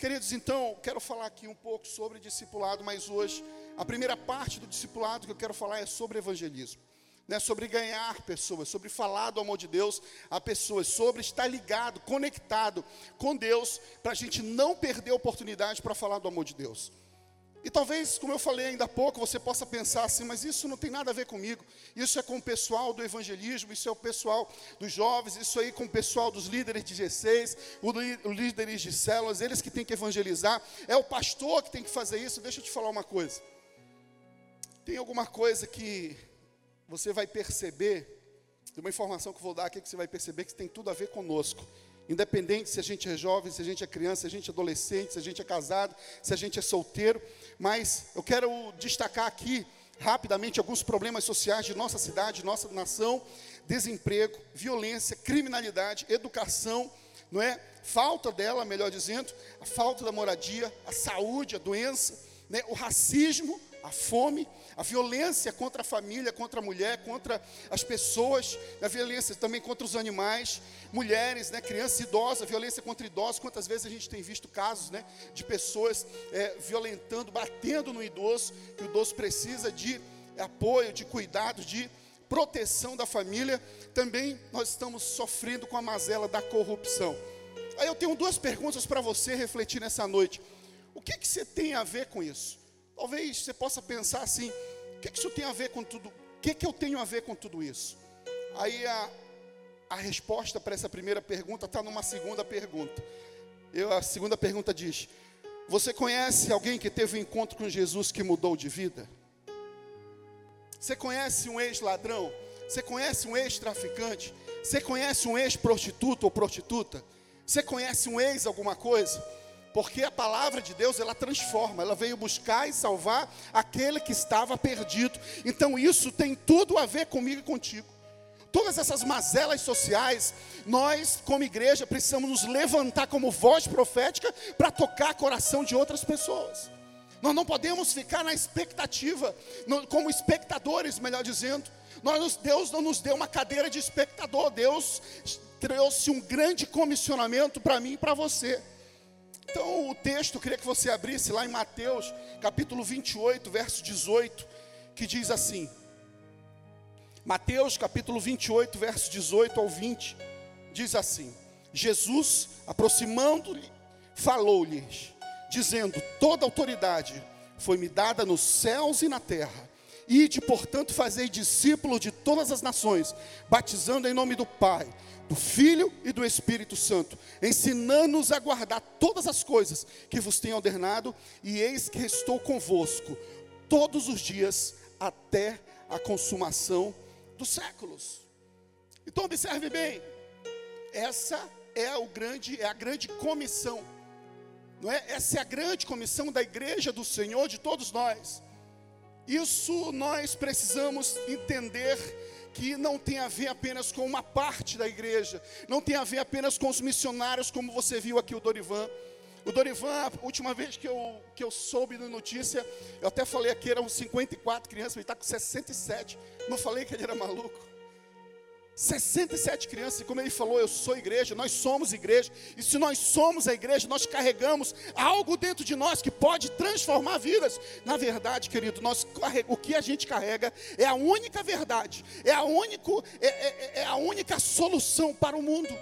Queridos, então, quero falar aqui um pouco sobre discipulado, mas hoje, a primeira parte do discipulado que eu quero falar é sobre evangelismo, né? Sobre ganhar pessoas, sobre falar do amor de Deus a pessoas, sobre estar ligado, conectado com Deus, para a gente não perder a oportunidade para falar do amor de Deus. E talvez, como eu falei ainda há pouco, você possa pensar assim, mas isso não tem nada a ver comigo. Isso é com o pessoal do evangelismo, isso é o pessoal dos jovens, isso aí com o pessoal dos líderes de G6, os líderes de células, eles que têm que evangelizar. É o pastor que tem que fazer isso. Deixa eu te falar uma coisa. Tem alguma coisa que você vai perceber, de uma informação que eu vou dar aqui, que você vai perceber que tem tudo a ver conosco. Independente se a gente é jovem, se a gente é criança, se a gente é adolescente, se a gente é casado, se a gente é solteiro. Mas eu quero destacar aqui, rapidamente, alguns problemas sociais de nossa cidade, nossa nação: desemprego, violência, criminalidade, educação, não é? Falta dela, melhor dizendo, a falta da moradia, a saúde, a doença, né? O racismo, a fome, a violência contra a família, contra a mulher, contra as pessoas, a violência também contra os animais, mulheres, né, crianças, idosos, a violência contra idosos. Quantas vezes a gente tem visto casos, né, de pessoas violentando, batendo no idoso, que o idoso precisa de apoio, de cuidado, de proteção da família. Também nós estamos sofrendo com a mazela da corrupção. Aí eu tenho duas perguntas para você refletir nessa noite. O que você tem a ver com isso? Talvez você possa pensar assim: o que isso tem a ver com tudo? O que eu tenho a ver com tudo isso? Aí a resposta para essa primeira pergunta está numa segunda pergunta. A segunda pergunta diz: você conhece alguém que teve um encontro com Jesus que mudou de vida? Você conhece um ex-ladrão? Você conhece um ex-traficante? Você conhece um ex-prostituto ou prostituta? Você conhece um ex alguma coisa? Porque a palavra de Deus, ela transforma, ela veio buscar e salvar aquele que estava perdido. Então isso tem tudo a ver comigo e contigo. Todas essas mazelas sociais, nós como igreja precisamos nos levantar como voz profética para tocar o coração de outras pessoas. Nós não podemos ficar na expectativa, como espectadores, melhor dizendo. Deus não nos deu uma cadeira de espectador. Deus trouxe um grande comissionamento para mim e para você. Então o texto, eu queria que você abrisse lá em Mateus, capítulo 28, verso 18, que diz assim. Mateus, capítulo 28, verso 18 ao 20, diz assim: Jesus, aproximando-lhe, falou-lhes, dizendo: toda autoridade foi-me dada nos céus e na terra. Ide, portanto, fazei discípulos de todas as nações, batizando em nome do Pai, do Filho e do Espírito Santo, ensinando-nos a guardar todas as coisas que vos tenho ordenado, e eis que estou convosco todos os dias até a consumação dos séculos. Então observe bem, essa é a grande comissão, não é? Essa é a grande comissão da igreja do Senhor, de todos nós. Isso nós precisamos entender, que não tem a ver apenas com uma parte da igreja, não tem a ver apenas com os missionários, como você viu aqui o Dorivan. O Dorivan, a última vez que eu soube da notícia, eu até falei aqui, eram 54 crianças, ele está com 67, não falei que ele era maluco. 67 crianças, e como ele falou, eu sou igreja, nós somos igreja, e se nós somos a igreja, nós carregamos algo dentro de nós que pode transformar vidas. Na verdade, querido, o que a gente carrega é a única verdade, é a única solução para o mundo,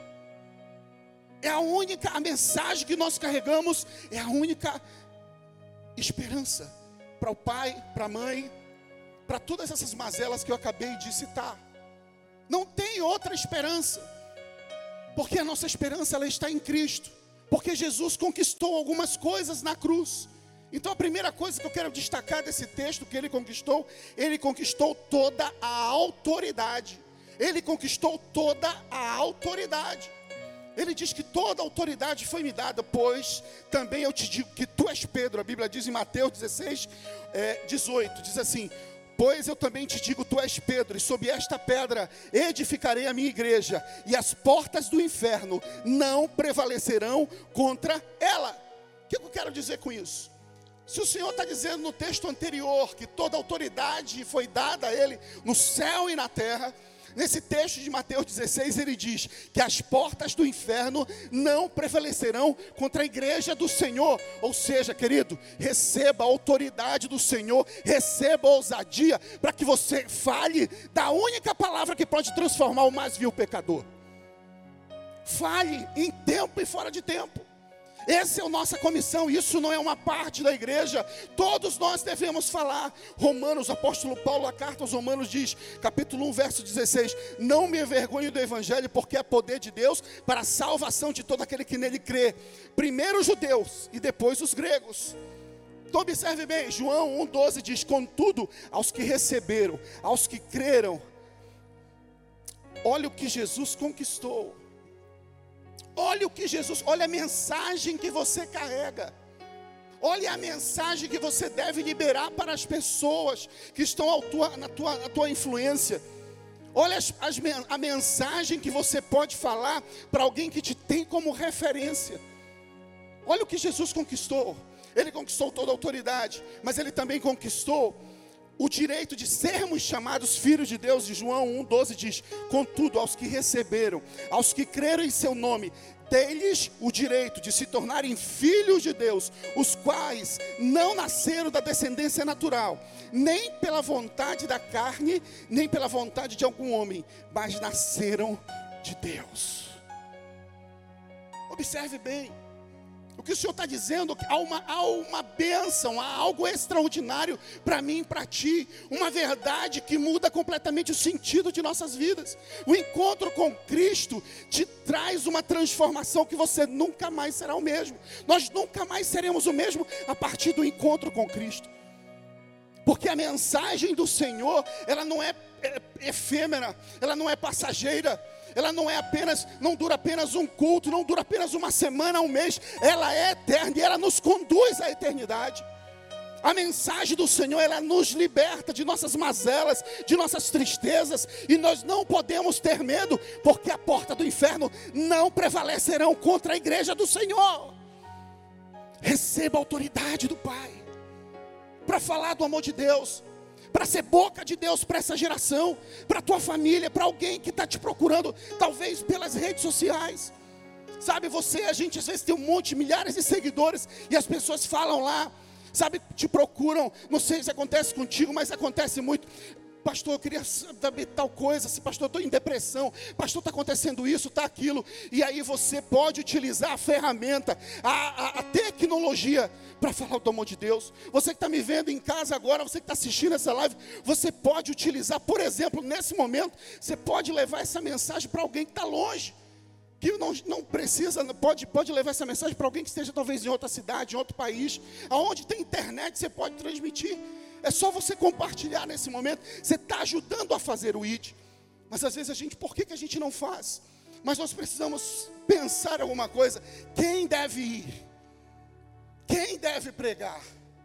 a mensagem que nós carregamos é a única esperança para o pai, para a mãe, para todas essas mazelas que eu acabei de citar. Não tem outra esperança, porque a nossa esperança ela está em Cristo, porque Jesus conquistou algumas coisas na cruz. Então a primeira coisa que eu quero destacar desse texto que ele conquistou toda a autoridade. Ele conquistou toda a autoridade. Ele diz que toda a autoridade foi me dada, pois também eu te digo que tu és Pedro. A Bíblia diz em Mateus 16, 18, diz assim: pois eu também te digo, tu és Pedro, e sob esta pedra edificarei a minha igreja, e as portas do inferno não prevalecerão contra ela. O que eu quero dizer com isso? Se o Senhor está dizendo no texto anterior que toda autoridade foi dada a Ele no céu e na terra, Nesse texto de Mateus 16, ele diz que as portas do inferno não prevalecerão contra a igreja do Senhor. Ou seja, querido, receba a autoridade do Senhor, receba a ousadia, para que você fale da única palavra que pode transformar o mais vil pecador. Fale em tempo e fora de tempo. Essa é a nossa comissão, isso não é uma parte da igreja, todos nós devemos falar. Romanos, o apóstolo Paulo, a carta aos Romanos diz, capítulo 1, verso 16, não me envergonho do evangelho, porque é poder de Deus para a salvação de todo aquele que nele crê, primeiro os judeus e depois os gregos. Então observe bem, João 1,12 diz, contudo, aos que receberam, aos que creram, olha o que Jesus conquistou. Olha o que Jesus, olha a mensagem que você carrega. Olha a mensagem que você deve liberar para as pessoas que estão na tua influência. Olha a mensagem que você pode falar para alguém que te tem como referência. Olha o que Jesus conquistou. Ele conquistou toda a autoridade, mas ele também conquistou o direito de sermos chamados filhos de Deus. E João 1,12 diz, contudo, aos que receberam, aos que creram em seu nome, dei-lhes o direito de se tornarem filhos de Deus, os quais não nasceram da descendência natural, nem pela vontade da carne, nem pela vontade de algum homem, mas nasceram de Deus. Observe bem. O que o Senhor está dizendo, há uma bênção, há algo extraordinário para mim e para ti, uma verdade que muda completamente o sentido de nossas vidas. O encontro com Cristo te traz uma transformação que você nunca mais será o mesmo. Nós nunca mais seremos o mesmo a partir do encontro com Cristo. Porque a mensagem do Senhor, ela não é efêmera, ela não é passageira. Ela não dura apenas um culto, não dura apenas uma semana, um mês. Ela é eterna e ela nos conduz à eternidade. A mensagem do Senhor, ela nos liberta de nossas mazelas, de nossas tristezas. E nós não podemos ter medo, porque a porta do inferno não prevalecerão contra a igreja do Senhor. Receba a autoridade do Pai para falar do amor de Deus, para ser boca de Deus para essa geração, para a tua família, para alguém que está te procurando, talvez pelas redes sociais. Sabe, a gente às vezes tem milhares de seguidores, e as pessoas falam lá, sabe, te procuram, não sei se acontece contigo, mas acontece muito. Pastor, eu queria saber tal coisa, pastor, eu estou em depressão, pastor, está acontecendo isso, está aquilo. E aí você pode utilizar a ferramenta, a tecnologia para falar do amor de Deus. Você que está me vendo em casa agora, você que está assistindo essa live, você pode utilizar, por exemplo, nesse momento, você pode levar essa mensagem para alguém que está longe, que não precisa, pode levar essa mensagem para alguém que esteja talvez em outra cidade, em outro país, aonde tem internet, você pode transmitir. É só você compartilhar nesse momento. Você está ajudando a fazer o ID. Mas às vezes por que a gente não faz? Mas nós precisamos pensar alguma coisa. Quem deve ir? Quem deve pregar?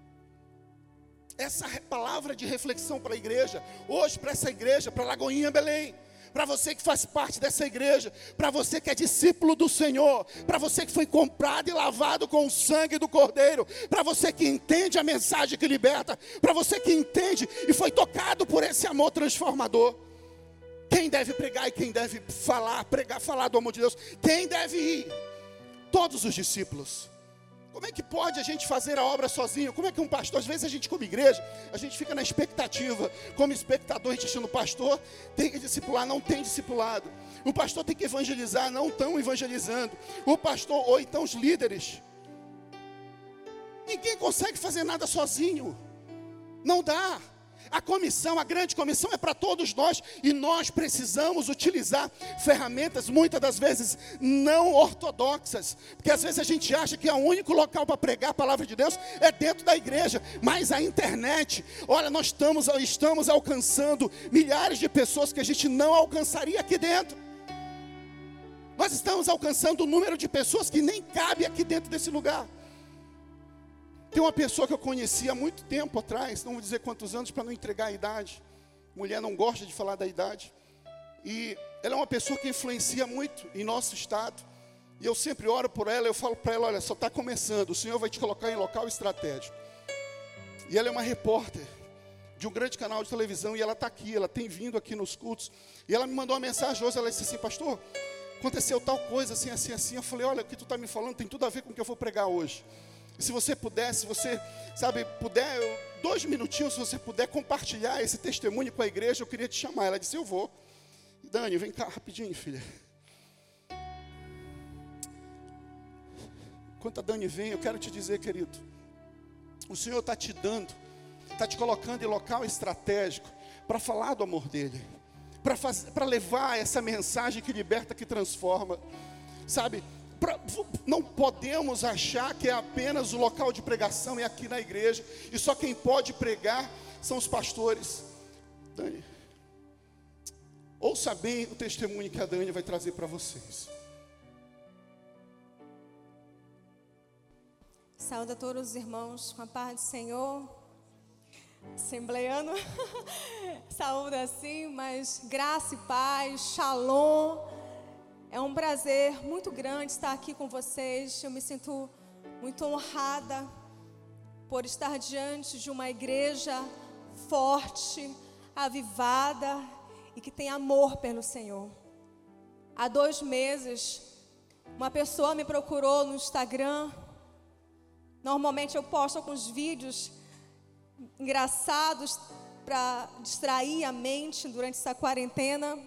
Essa palavra de reflexão para a igreja, hoje para essa igreja, para Lagoinha Belém, para você que faz parte dessa igreja, para você que é discípulo do Senhor, para você que foi comprado e lavado com o sangue do Cordeiro, para você que entende a mensagem que liberta, para você que entende e foi tocado por esse amor transformador. Quem deve pregar e quem deve falar do amor de Deus? Quem deve ir? Todos os discípulos. Como é que pode a gente fazer a obra sozinho? Como é que um pastor, às vezes a gente como igreja, a gente fica na expectativa, como espectador, a gente achando o pastor tem que discipular, não tem discipulado. O pastor tem que evangelizar, não estão evangelizando. O pastor, ou então os líderes. Ninguém consegue fazer nada sozinho. Não dá. A grande comissão é para todos nós, e nós precisamos utilizar ferramentas, muitas das vezes não ortodoxas, porque às vezes a gente acha que o único local para pregar a palavra de Deus é dentro da igreja, mas a internet, olha, nós estamos alcançando milhares de pessoas que a gente não alcançaria aqui dentro. Nós estamos alcançando um número de pessoas que nem cabe aqui dentro desse lugar. Tem uma pessoa que eu conheci há muito tempo atrás, não vou dizer quantos anos para não entregar a idade. Mulher não gosta de falar da idade. E ela é uma pessoa que influencia muito em nosso estado. E eu sempre oro por ela, eu falo para ela, olha, só está começando, o Senhor vai te colocar em local estratégico. E ela é uma repórter, de um grande canal de televisão, e ela está aqui, ela tem vindo aqui nos cultos, e ela me mandou uma mensagem hoje, ela disse assim: pastor, aconteceu tal coisa, assim, assim, assim. Eu falei: olha, o que tu está me falando tem tudo a ver com o que eu vou pregar hoje. E se você puder, se você, puder, 2 minutinhos, se você puder compartilhar esse testemunho com a igreja, eu queria te chamar. Ela disse: eu vou. Dani, vem cá rapidinho, filha. Enquanto a Dani vem, eu quero te dizer, querido, o Senhor está te dando, está te colocando em local estratégico para falar do amor dEle, para levar essa mensagem que liberta, que transforma, sabe? Não podemos achar que é apenas o local de pregação, é aqui na igreja, e só quem pode pregar são os pastores. Dani, ouça bem o testemunho que a Dani vai trazer para vocês. Saúde a todos os irmãos com a paz do Senhor. Assembleiano, saúde assim, mas graça e paz, shalom. É um prazer muito grande estar aqui com vocês. Eu me sinto muito honrada por estar diante de uma igreja forte, avivada e que tem amor pelo Senhor. Há 2 meses, uma pessoa me procurou no Instagram. Normalmente eu posto alguns vídeos engraçados para distrair a mente durante essa quarentena.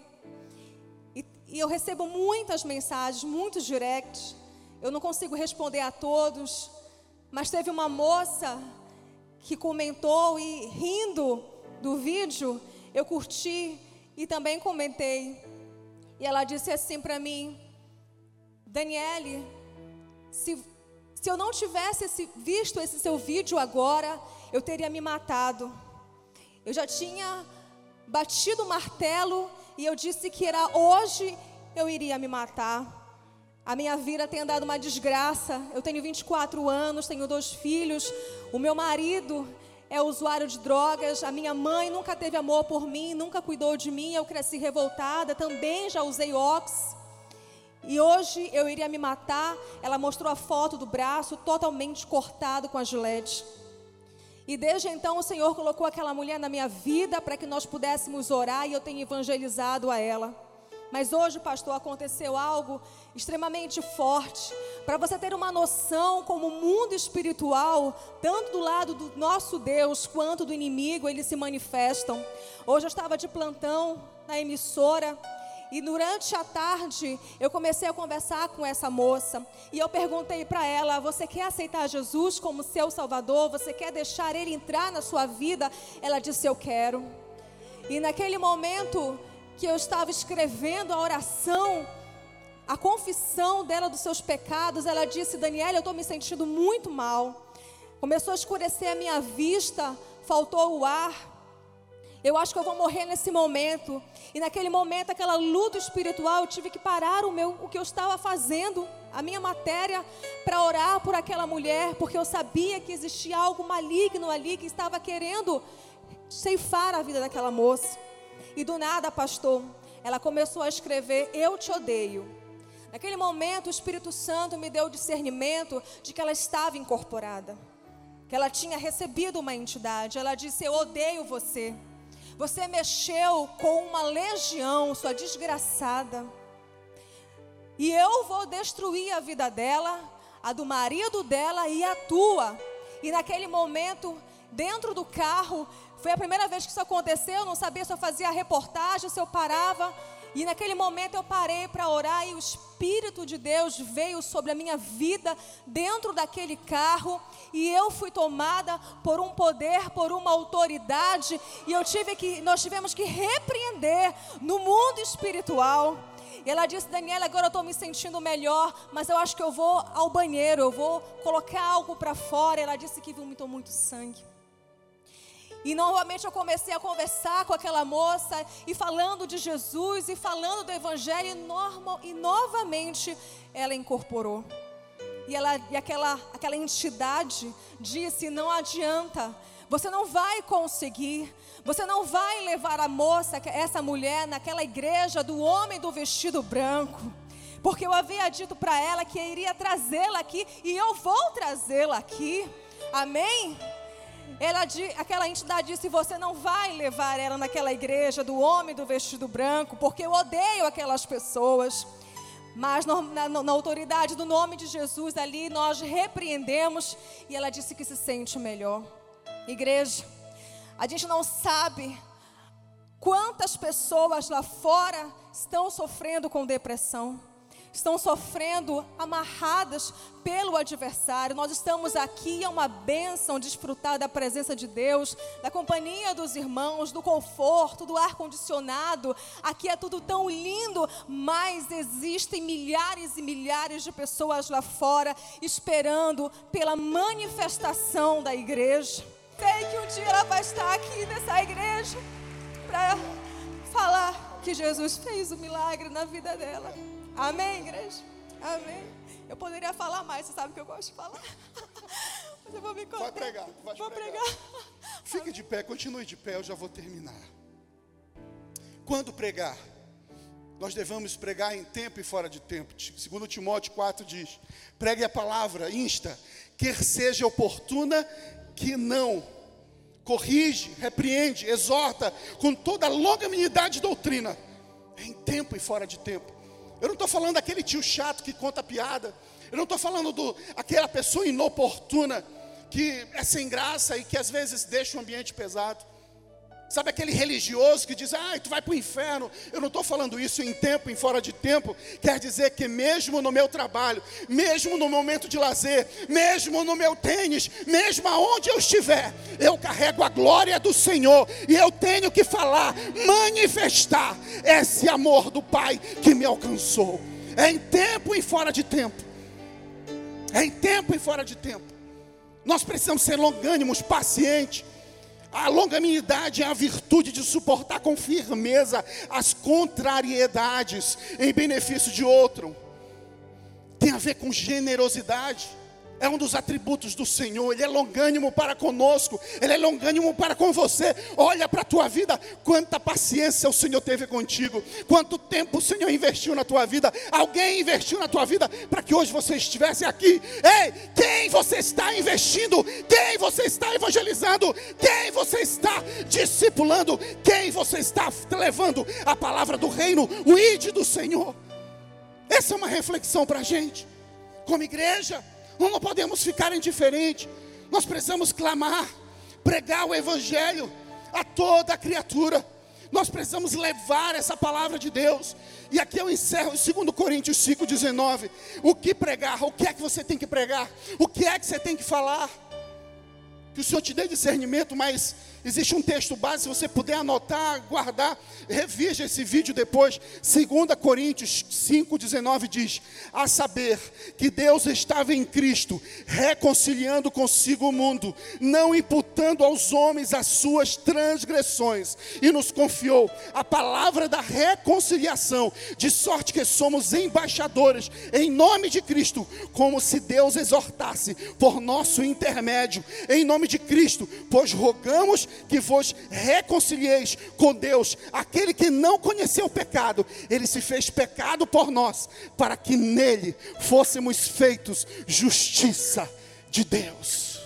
E eu recebo muitas mensagens, muitos directs. Eu não consigo responder a todos, mas teve uma moça que comentou e, rindo do vídeo, eu curti e também comentei. E ela disse assim para mim: Daniele, se eu não tivesse visto esse seu vídeo agora, eu teria me matado. Eu já tinha batido o martelo e eu disse que era hoje eu iria me matar. A minha vida tem andado uma desgraça. Eu tenho 24 anos, tenho 2 filhos. O meu marido é usuário de drogas. A minha mãe nunca teve amor por mim, nunca cuidou de mim. Eu cresci revoltada, também já usei Ox. E hoje eu iria me matar. Ela mostrou a foto do braço totalmente cortado com a gilete. E desde então o Senhor colocou aquela mulher na minha vida para que nós pudéssemos orar, e eu tenho evangelizado a ela. Mas hoje, pastor, aconteceu algo extremamente forte. Para você ter uma noção como o mundo espiritual, tanto do lado do nosso Deus quanto do inimigo, eles se manifestam. Hoje eu estava de plantão na emissora. E durante a tarde, eu comecei a conversar com essa moça. E eu perguntei para ela: você quer aceitar Jesus como seu Salvador? Você quer deixar Ele entrar na sua vida? Ela disse: eu quero. E naquele momento que eu estava escrevendo a oração, a confissão dela dos seus pecados, ela disse: Daniela, eu estou me sentindo muito mal. Começou a escurecer a minha vista, faltou o ar. Eu acho que eu vou morrer nesse momento. E naquele momento, aquela luta espiritual, eu tive que parar o que eu estava fazendo, a minha matéria, para orar por aquela mulher, porque eu sabia que existia algo maligno ali que estava querendo ceifar a vida daquela moça. E do nada, pastor, ela começou a escrever: eu te odeio. Naquele momento, o Espírito Santo me deu o discernimento de que ela estava incorporada, que ela tinha recebido uma entidade. Ela disse: eu odeio você. Você mexeu com uma legião, sua desgraçada. E eu vou destruir a vida dela, a do marido dela e a tua. E naquele momento, dentro do carro, foi a primeira vez que isso aconteceu. Eu não sabia se eu fazia reportagem, se eu parava. E naquele momento eu parei para orar, e o Espírito de Deus veio sobre a minha vida dentro daquele carro, e eu fui tomada por um poder, por uma autoridade, e nós tivemos que repreender no mundo espiritual. E ela disse: Daniela, agora eu estou me sentindo melhor, mas eu acho que eu vou ao banheiro, eu vou colocar algo para fora. Ela disse que vomitou muito sangue. E novamente eu comecei a conversar com aquela moça, e falando de Jesus, e falando do Evangelho, e novamente ela incorporou. E aquela entidade disse: não adianta, você não vai conseguir, você não vai levar a moça, essa mulher, naquela igreja do homem do vestido branco, porque eu havia dito para ela que iria trazê-la aqui, e eu vou trazê-la aqui, amém? aquela entidade disse: você não vai levar ela naquela igreja do homem do vestido branco, porque eu odeio aquelas pessoas. Mas na autoridade do nome de Jesus ali, nós repreendemos, e ela disse que se sente melhor. Igreja, a gente não sabe quantas pessoas lá fora estão sofrendo com depressão, estão sofrendo amarradas pelo adversário. Nós estamos aqui, é uma bênção desfrutar da presença de Deus, da companhia dos irmãos, do conforto, do ar-condicionado. Aqui é tudo tão lindo, mas existem milhares e milhares de pessoas lá fora esperando pela manifestação da igreja. Sei que um dia ela vai estar aqui nessa igreja para falar que Jesus fez o milagre na vida dela. Amém, igreja? Amém. Eu poderia falar mais, você sabe que eu gosto de falar. Mas eu vou me contar. Vai pregar, vou pregar. Fique de pé, continue de pé, eu já vou terminar. Quando pregar, nós devemos pregar em tempo e fora de tempo. Segundo Timóteo 4 diz: pregue a palavra, insta, quer seja oportuna, que não, corrige, repreende, exorta, com toda a longanimidade e doutrina, em tempo e fora de tempo. Eu não estou falando daquele tio chato que conta piada. Eu não estou falando daquela pessoa inoportuna que é sem graça e que às vezes deixa o ambiente pesado. Sabe aquele religioso que diz: tu vai para o inferno. Eu não estou falando isso em tempo e fora de tempo. Quer dizer que mesmo no meu trabalho, mesmo no momento de lazer, mesmo no meu tênis, mesmo aonde eu estiver, eu carrego a glória do Senhor. E eu tenho que falar, manifestar esse amor do Pai que me alcançou. É em tempo e fora de tempo. É em tempo e fora de tempo. Nós precisamos ser longânimos, pacientes. A longanimidade é a virtude de suportar com firmeza as contrariedades em benefício de outro. Tem a ver com generosidade. É um dos atributos do Senhor. Ele é longânimo para conosco. Ele é longânimo para com você. Olha para a tua vida. Quanta paciência o Senhor teve contigo. Quanto tempo o Senhor investiu na tua vida. Alguém investiu na tua vida para que hoje você estivesse aqui. Ei, quem você está investindo? Quem você está evangelizando? Quem você está discipulando? Quem você está levando a palavra do reino, o ide do Senhor? Essa é uma reflexão para a gente. Como igreja, nós não podemos ficar indiferentes. Nós precisamos clamar, pregar o evangelho a toda a criatura. Nós precisamos levar essa palavra de Deus. E aqui eu encerro em 2 Coríntios 5,19. O que pregar? O que é que você tem que pregar? O que é que você tem que falar? Que o Senhor te dê discernimento, mas existe um texto base, se você puder anotar, guardar, revija esse vídeo depois. 2 Coríntios 5,19 diz: a saber que Deus estava em Cristo, reconciliando consigo o mundo, não imputando aos homens as suas transgressões, e nos confiou a palavra da reconciliação, de sorte que somos embaixadores em nome de Cristo, como se Deus exortasse por nosso intermédio, em nome de Cristo, pois rogamos que vos reconcilieis com Deus. Aquele que não conheceu o pecado, ele se fez pecado por nós, para que nele fôssemos feitos justiça de Deus.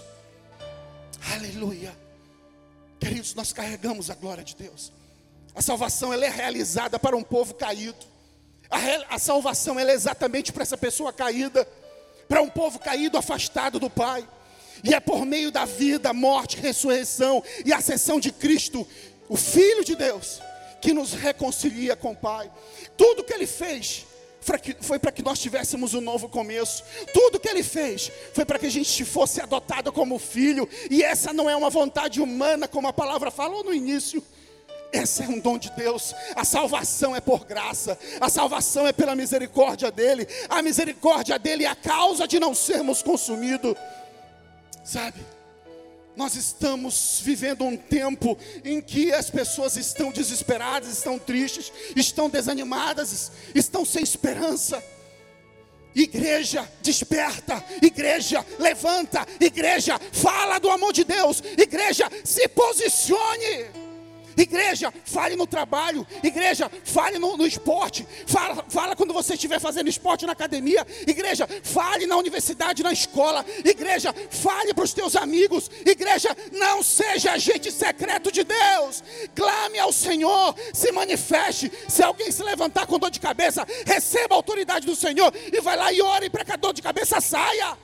Aleluia. Queridos, nós carregamos a glória de Deus. A salvação, ela é realizada para um povo caído. A salvação, ela é exatamente para essa pessoa caída, para um povo caído, afastado do Pai. E é por meio da vida, morte, ressurreição e ascensão de Cristo, o Filho de Deus, que nos reconcilia com o Pai. Tudo que Ele fez foi para que nós tivéssemos um novo começo. Tudo que Ele fez foi para que a gente fosse adotado como filho. E essa não é uma vontade humana, como a palavra falou no início. Esse é um dom de Deus. A salvação é por graça. A salvação é pela misericórdia dEle. A misericórdia dEle é a causa de não sermos consumidos. Sabe, nós estamos vivendo um tempo em que as pessoas estão desesperadas, estão tristes, estão desanimadas, estão sem esperança. Igreja, desperta. Igreja, levanta. Igreja, fala do amor de Deus. Igreja, se posicione. Igreja, fale no trabalho. Igreja, fale no esporte. Fala quando você estiver fazendo esporte na academia. Igreja, fale na universidade, na escola. Igreja, fale para os teus amigos. Igreja, não seja agente secreto de Deus. Clame ao Senhor, se manifeste. Se alguém se levantar com dor de cabeça, receba a autoridade do Senhor e vai lá e ore para que a dor de cabeça saia.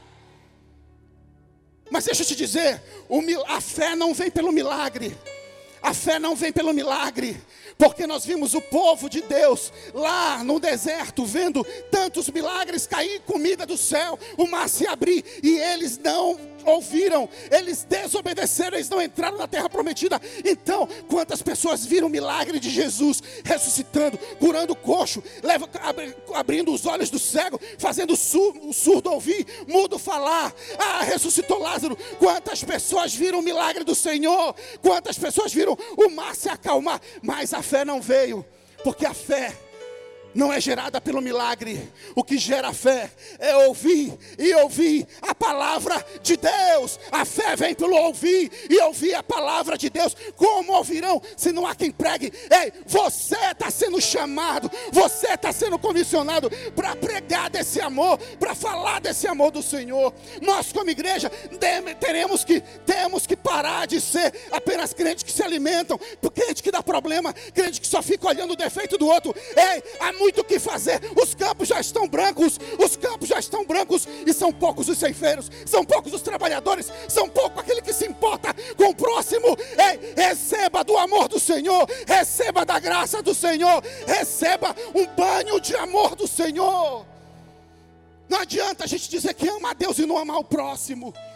Mas deixa eu te dizer, a fé não vem pelo milagre. A fé não vem pelo milagre, porque nós vimos o povo de Deus lá no deserto, vendo tantos milagres cair comida do céu, o mar se abrir, e eles não ouviram, eles desobedeceram, eles não entraram na terra prometida. Então, quantas pessoas viram o milagre de Jesus ressuscitando, curando o coxo, abrindo os olhos do cego, fazendo o surdo ouvir, mudo falar, ressuscitou Lázaro. Quantas pessoas viram o milagre do Senhor, quantas pessoas viram o mar se acalmar, mas a fé não veio, porque a fé não é gerada pelo milagre. O que gera fé é ouvir e ouvir a palavra de Deus. A fé vem pelo ouvir e ouvir a palavra de Deus. Como ouvirão se não há quem pregue? Ei, você está sendo chamado, você está sendo comissionado para pregar desse amor, para falar desse amor do Senhor. Nós como igreja temos que parar de ser apenas crentes que se alimentam, crente que dá problema, crente que só fica olhando o defeito do outro. Ei, há muito o que fazer. Os campos já estão brancos. Os campos já estão brancos. E são poucos os ceifeiros. São poucos os trabalhadores. São poucos aquele que se importa com o próximo. Ei, receba do amor do Senhor. Receba da graça do Senhor. Receba um banho de amor do Senhor. Não adianta a gente dizer que ama a Deus e não amar o próximo.